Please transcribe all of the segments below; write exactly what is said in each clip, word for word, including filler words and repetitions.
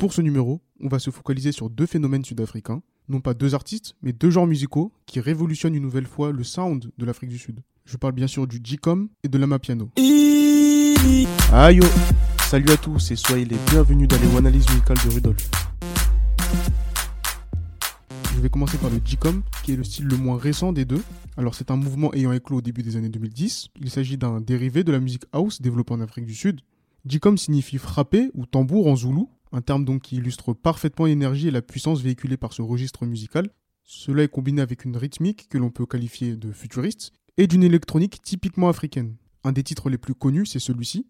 pour ce numéro, on va se focaliser sur deux phénomènes sud-africains, non pas deux artistes, mais deux genres musicaux qui révolutionnent une nouvelle fois le sound de l'Afrique du Sud. Je parle bien sûr du G-Com et de l'Amapiano. Aïe yo. Salut à tous et soyez les bienvenus dans les analyses musicales de Rudolf. Je vais commencer par le G-Com, qui est le style le moins récent des deux. Alors c'est un mouvement ayant éclos au début des années deux mille dix. Il s'agit d'un dérivé de la musique house développée en Afrique du Sud. G-Com signifie frapper ou tambour en zoulou, un terme donc qui illustre parfaitement l'énergie et la puissance véhiculée par ce registre musical. Cela est combiné avec une rythmique que l'on peut qualifier de futuriste et d'une électronique typiquement africaine. Un des titres les plus connus, c'est celui-ci.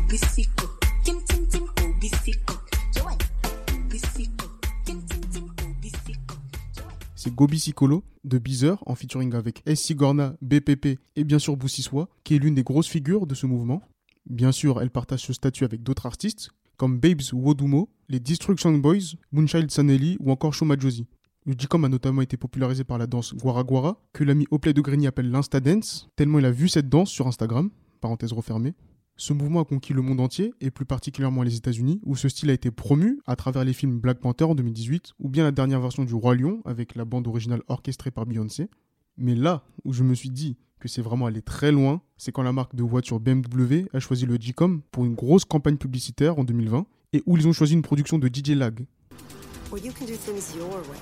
C'est Gobi Sikolo de Beezer en featuring avec S C Gorna, B P P et bien sûr Boussiswa, qui est l'une des grosses figures de ce mouvement. Bien sûr, elle partage ce statut avec d'autres artistes, comme Babes Wodumo, les Destruction Boys, Moonchild Sanelli ou encore Shoma Josie. Le G-Com a notamment été popularisé par la danse Gwara Gwara, que l'ami Oplay de Grigny appelle l'Insta Dance, tellement il a vu cette danse sur Instagram, parenthèse refermée. Ce mouvement a conquis le monde entier, et plus particulièrement les États-Unis, où ce style a été promu à travers les films Black Panther en deux mille dix-huit, ou bien la dernière version du Roi Lion, avec la bande originale orchestrée par Beyoncé. Mais là où je me suis dit que c'est vraiment allé très loin, c'est quand la marque de voiture B M W a choisi le G-Com pour une grosse campagne publicitaire en deux mille vingt, et où ils ont choisi une production de D J Lag. Well, you can do things your way.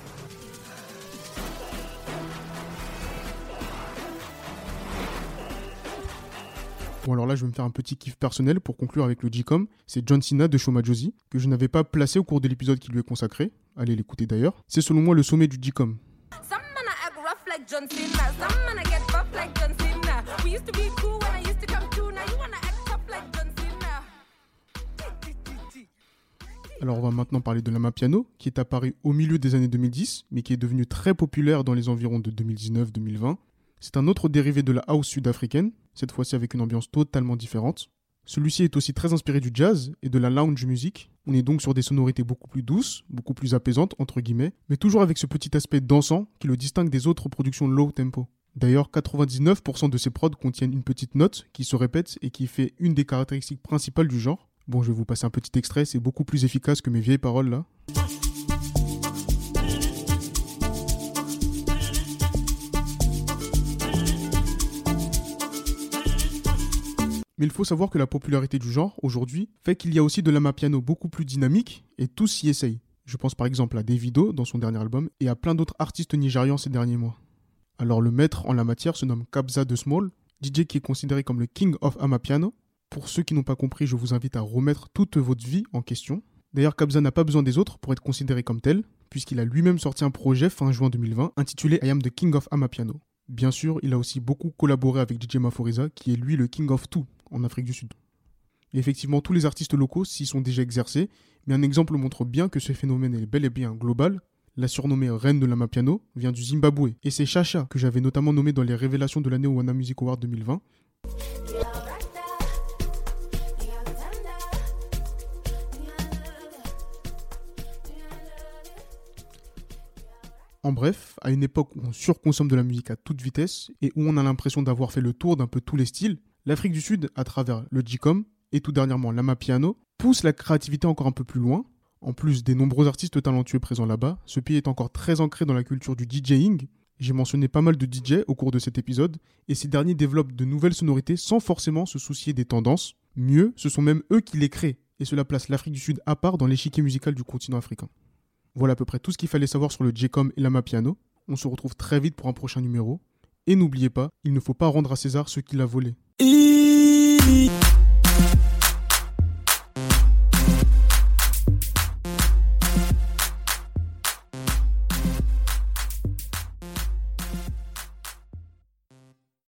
Bon alors là je vais me faire un petit kiff personnel pour conclure avec le G-Com, c'est John Cena de Shoma Josie, que je n'avais pas placé au cours de l'épisode qui lui est consacré, allez l'écouter d'ailleurs. C'est selon moi le sommet du G-Com. Alors on va maintenant parler de l'Amapiano, qui est apparu au milieu des années deux mille dix, mais qui est devenu très populaire dans les environs de deux mille dix-neuf deux mille vingt. C'est un autre dérivé de la house sud-africaine, cette fois-ci avec une ambiance totalement différente. Celui-ci est aussi très inspiré du jazz et de la lounge music. On est donc sur des sonorités beaucoup plus douces, beaucoup plus apaisantes, entre guillemets, mais toujours avec ce petit aspect dansant qui le distingue des autres productions low tempo. D'ailleurs, quatre-vingt-dix-neuf pour cent de ces prods contiennent une petite note qui se répète et qui fait une des caractéristiques principales du genre. Bon, je vais vous passer un petit extrait, c'est beaucoup plus efficace que mes vieilles paroles là. Mais il faut savoir que la popularité du genre, aujourd'hui, fait qu'il y a aussi de l'Amapiano beaucoup plus dynamique et tous s'y essayent. Je pense par exemple à Davido dans son dernier album et à plein d'autres artistes nigérians ces derniers mois. Alors le maître en la matière se nomme Kabza de Small, D J qui est considéré comme le King of Amapiano. Pour ceux qui n'ont pas compris, je vous invite à remettre toute votre vie en question. D'ailleurs, Kabza n'a pas besoin des autres pour être considéré comme tel, puisqu'il a lui-même sorti un projet fin juin deux mille vingt intitulé I Am the King of Amapiano. Bien sûr, il a aussi beaucoup collaboré avec D J Maforiza, qui est lui le King of tout en Afrique du Sud. Et effectivement, tous les artistes locaux s'y sont déjà exercés, mais un exemple montre bien que ce phénomène est bel et bien global. La surnommée reine de l'Amapiano vient du Zimbabwe, et c'est Chacha, que j'avais notamment nommé dans les révélations de l'année au Wana Music Award deux mille vingt. En bref, à une époque où on surconsomme de la musique à toute vitesse et où on a l'impression d'avoir fait le tour d'un peu tous les styles, l'Afrique du Sud, à travers le G-Com et tout dernièrement l'Amapiano, pousse la créativité encore un peu plus loin. En plus des nombreux artistes talentueux présents là-bas, ce pays est encore très ancré dans la culture du DJing. J'ai mentionné pas mal de D J au cours de cet épisode et ces derniers développent de nouvelles sonorités sans forcément se soucier des tendances. Mieux, ce sont même eux qui les créent et cela place l'Afrique du Sud à part dans l'échiquier musical du continent africain. Voilà à peu près tout ce qu'il fallait savoir sur le G-Com et l'Amapiano. On se retrouve très vite pour un prochain numéro. Et n'oubliez pas, il ne faut pas rendre à César ce qu'il a volé.